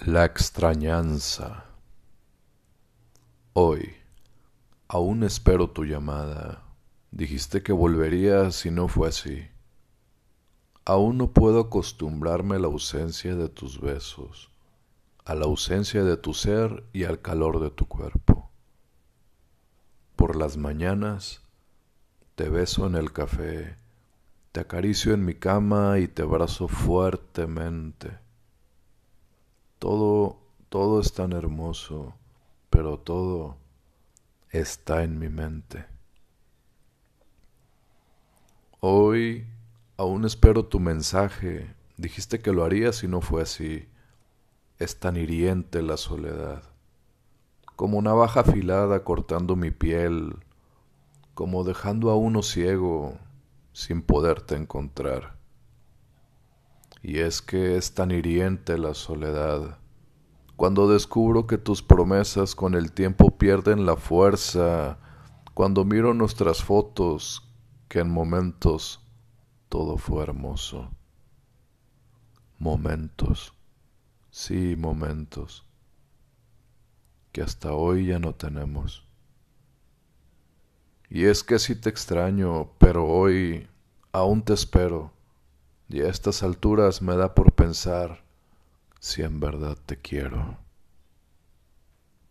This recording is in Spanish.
La extrañanza. Hoy, aún espero tu llamada. Dijiste que volverías y no fue así. Aún no puedo acostumbrarme a la ausencia de tus besos, a la ausencia de tu ser y al calor de tu cuerpo. Por las mañanas te beso en el café, te acaricio en mi cama y te abrazo fuertemente. Todo es tan hermoso, pero todo está en mi mente. Hoy aún espero tu mensaje. Dijiste que lo harías y no fue así. Es tan hiriente la soledad, como navaja afilada cortando mi piel, como dejando a uno ciego sin poderte encontrar. Y es que es tan hiriente la soledad, cuando descubro que tus promesas con el tiempo pierden la fuerza, cuando miro nuestras fotos, que en momentos todo fue hermoso. Momentos, sí, momentos, que hasta hoy ya no tenemos. Y es que sí te extraño, pero hoy aún te espero, y a estas alturas me da por pensar si en verdad te quiero.